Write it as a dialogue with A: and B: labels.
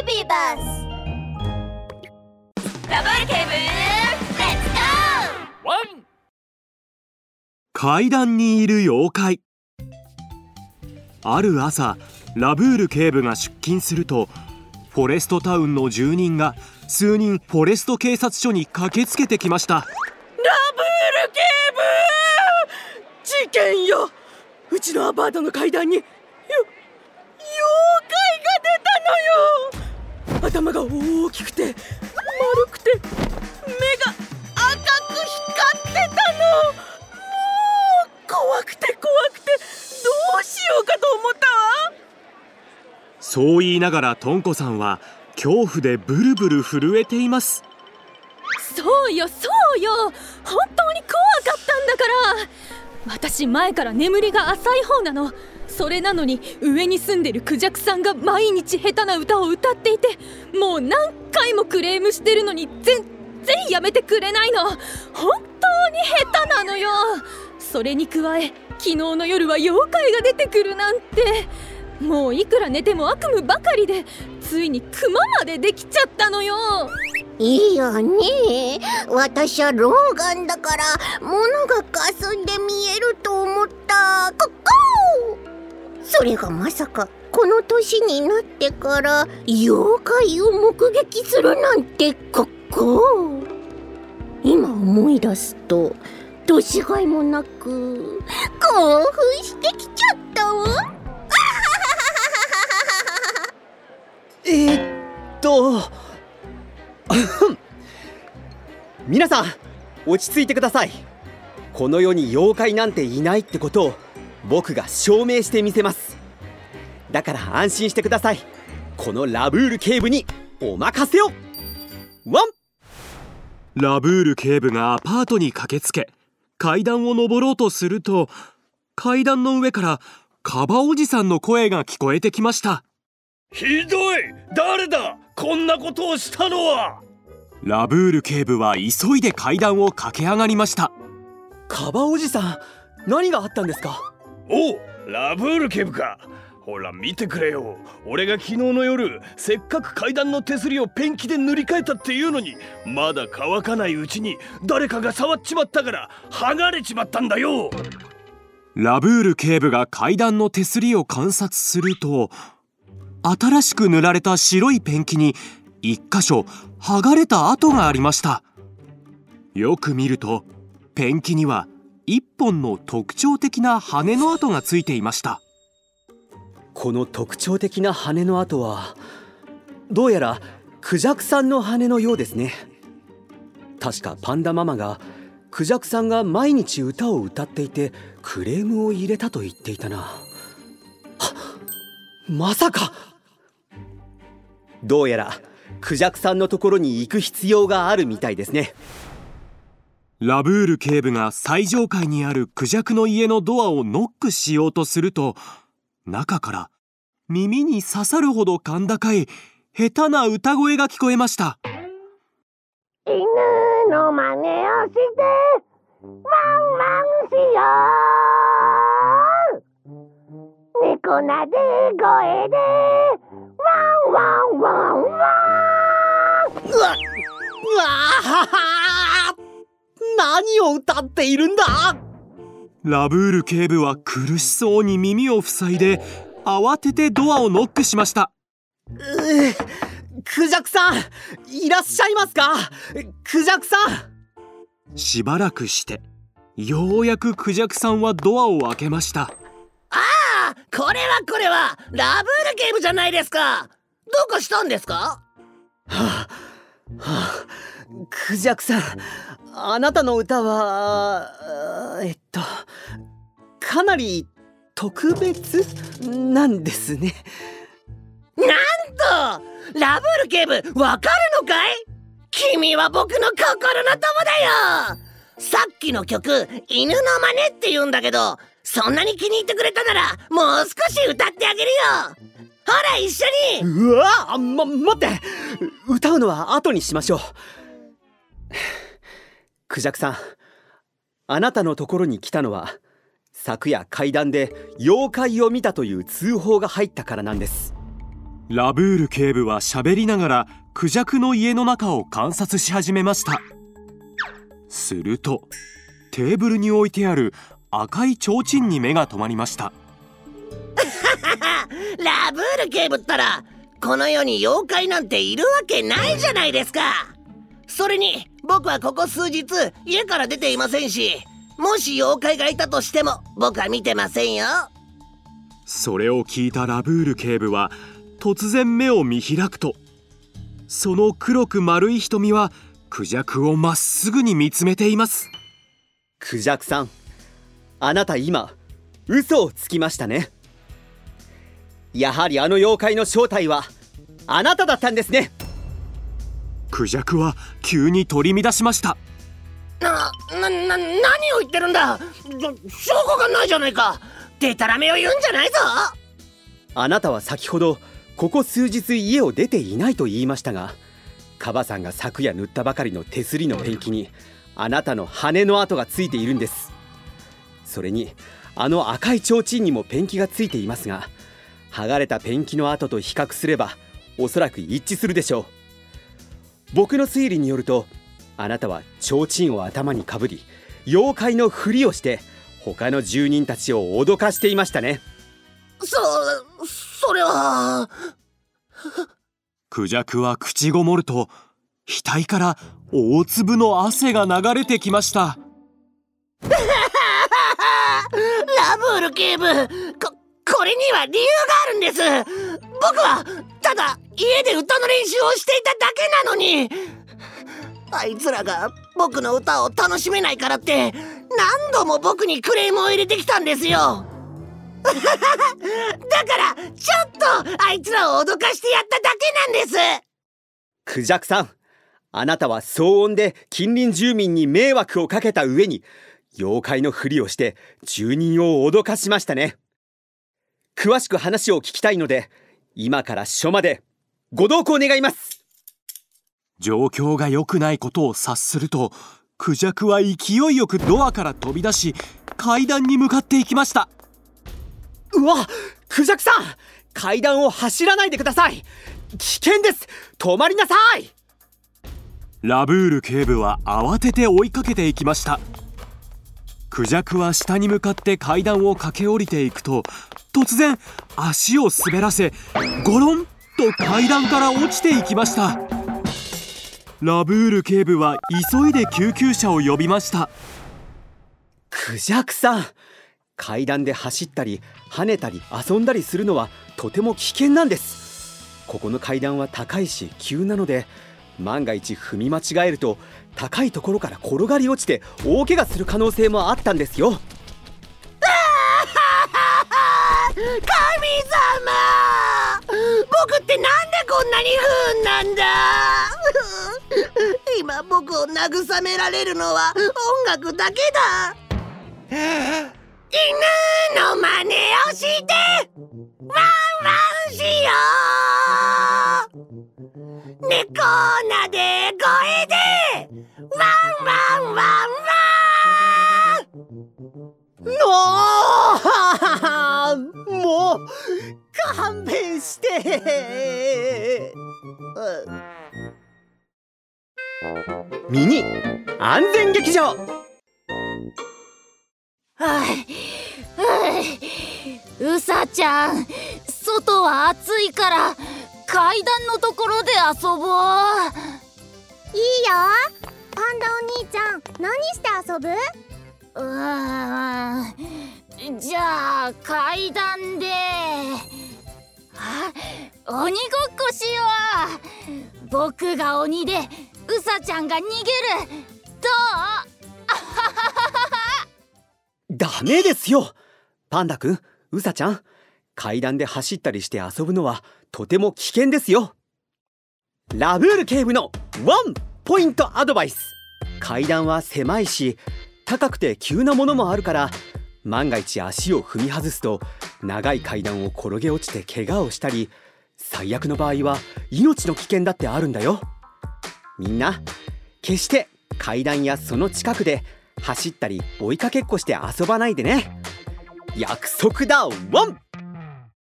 A: ビーバスラブール警部レッツゴー。
B: ワン。
C: 階段にいる妖怪。ある朝、ラブール警部が出勤すると、フォレストタウンの住人が数人フォレスト警察署に駆けつけてきました。
D: ラブール警部、事件よ。うちのアパートの階段に妖怪が出たのよ。頭が大きくて丸くて目が赤く光ってたの。もう怖くてどうしようかと思ったわ。
C: そう言いながらトンコさんは恐怖でブルブル震えています。
E: そうよ本当に怖かったんだから。私前から眠りが浅い方なの。それなのに上に住んでるクジャクさんが毎日下手な歌を歌っていて、もう何回もクレームしてるのに全然やめてくれないの。本当に下手なのよ。それに加え昨日の夜は妖怪が出てくるなんて、もういくら寝ても悪夢ばかりで、ついにクマまでできちゃったのよ。
F: いいよね。私は老眼だから物が霞んで見えると思った。ここそれがまさかこの年になってから妖怪を目撃するなんて。今思い出すと年がいもなく興奮してきちゃったわ。
G: 皆さん落ち着いてください。この世に妖怪なんていないってことを僕が証明してみせます。だから安心してください。このラブール警部にお任せを。ワン。
C: ラブール警部がアパートに駆けつけ、階段を登ろうとすると、階段の上からカバおじさんの声が聞こえてきました。
B: ひどい。誰だこんなことをしたのは。
C: ラブール警部は急いで階段を駆け上がりました。
G: カバおじさん、何があったんですか？
B: おう、ラブール警部か。ほら見てくれよ。俺が昨日の夜せっかく階段の手すりをペンキで塗り替えたっていうのに、まだ乾かないうちに誰かが触っちまったから剥がれちまったんだよ。
C: ラブール警部が階段の手すりを観察すると、新しく塗られた白いペンキに一箇所剥がれた跡がありました。よく見るとペンキには一本の特徴的な羽の跡がついていました。
G: この特徴的な羽の跡はどうやらクジャクさんの羽のようですね。確かパンダママがクジャクさんが毎日歌を歌っていてクレームを入れたと言っていたな。まさか。どうやらクジャクさんのところに行く必要があるみたいですね。
C: ラブール警部が最上階にあるクジャクの家のドアをノックしようとすると、中から耳に刺さるほど甲高い下手な歌声が聞こえました。
F: 犬の真似をしてワンワンしよう。猫なで声でワンワンワンワン。
G: うわ何を歌っているんだ。
C: ラブール警部は苦しそうに耳を塞いで慌ててドアをノックしました。
G: クジャクさん、いらっしゃいますか？クジャクさん。
C: しばらくしてようやくクジャクさんはドアを開けました。
D: これはラブール警部じゃないですか。どうかしたんですか？
G: クジャクさん、あなたの歌はかなり特別なんですね。
D: なんとラブール警部わかるのかい？君は僕の心の友だよ。さっきの曲犬の真似って言うんだけど、そんなに気に入ってくれたならもう少し歌ってあげるよ。ほら一緒に。
G: うわ、待って、歌うのは後にしましょう。クジャクさん、あなたのところに来たのは昨夜階段で妖怪を見たという通報が入ったからなんです。
C: ラブール警部は喋りながらクジャクの家の中を観察し始めました。するとテーブルに置いてある赤い提灯に目が留まりました。
D: ラブール警部ったらこの世に妖怪なんているわけないじゃないですか。それに僕はここ数日家から出ていませんし、もし妖怪がいたとしても僕は見てませんよ。
C: それを聞いたラブール警部は突然目を見開くと、その黒く丸い瞳はクジャクをまっすぐに見つめています。
G: クジャクさん、あなた今嘘をつきましたね。やはりあの妖怪の正体はあなただったんですね。
C: クジャクは急に取り乱しました。
D: 何を言ってるんだ。証拠がないじゃないか。デタラメを言うんじゃないぞ。
G: あなたは先ほどここ数日家を出ていないと言いましたが、カバさんが昨夜塗ったばかりの手すりのペンキにあなたの羽の跡がついているんです。それにあの赤い提灯にもペンキがついていますが、剥がれたペンキの跡と比較すればおそらく一致するでしょう。僕の推理によると、あなたは提灯を頭にかぶり妖怪のふりをして他の住人たちを脅かしていましたね。
D: それは。
C: クジャクは口ごもると額から大粒の汗が流れてきました。
D: ラブール警部、これには理由があるんです。僕はただ家で歌の練習をしていただけなのに、あいつらが僕の歌を楽しめないからって何度も僕にクレームを入れてきたんですよ。だからちょっとあいつらを脅かしてやっただけなんです。
G: クジャクさん、あなたは騒音で近隣住民に迷惑をかけた上に妖怪のふりをして住人を脅かしましたね。詳しく話を聞きたいので今から署までご同行願います。
C: 状況が良くないことを察すると、クジャクは勢いよくドアから飛び出し階段に向かっていきました。
G: うわ、クジャクさん、階段を走らないでください。危険です。止まりなさい。
C: ラブール警部は慌てて追いかけていきました。クジャクは下に向かって階段を駆け下りていくと、突然足を滑らせゴロンと階段から落ちていきました。ラブール警部は急いで救急車を呼びました。
G: クジャクさん、階段で走ったり跳ねたり遊んだりするのはとても危険なんです。ここの階段は高いし急なので、万が一踏み間違えると高いところから転がり落ちて大怪我する可能性もあったんですよ。
D: 神様、僕ってなんでこんなに不運なんだ。今僕を慰められるのは音楽だけだ。犬の真似をしてワンワンしよう。猫なで声でワンワンワンワン。もう勘弁して。
G: ミニ安全劇場。
E: うさちゃん、外は暑いから階段のところで遊ぼう。
F: いいよ。パンダお兄ちゃん、何して遊ぶ？
E: じゃあ階段で鬼ごっこしよう。僕が鬼でうさちゃんが逃げる。どう？
G: ダメですよ。パンダくん、うさちゃん、階段で走ったりして遊ぶのはとても危険ですよ。ラブール警部のワンポイントアドバイス。階段は狭いし高くて急なものもあるから、万が一足を踏み外すと長い階段を転げ落ちて怪我をしたり、最悪の場合は命の危険だってあるんだよ。みんな決して階段やその近くで走ったり追いかけっこして遊ばないでね。約束だワン。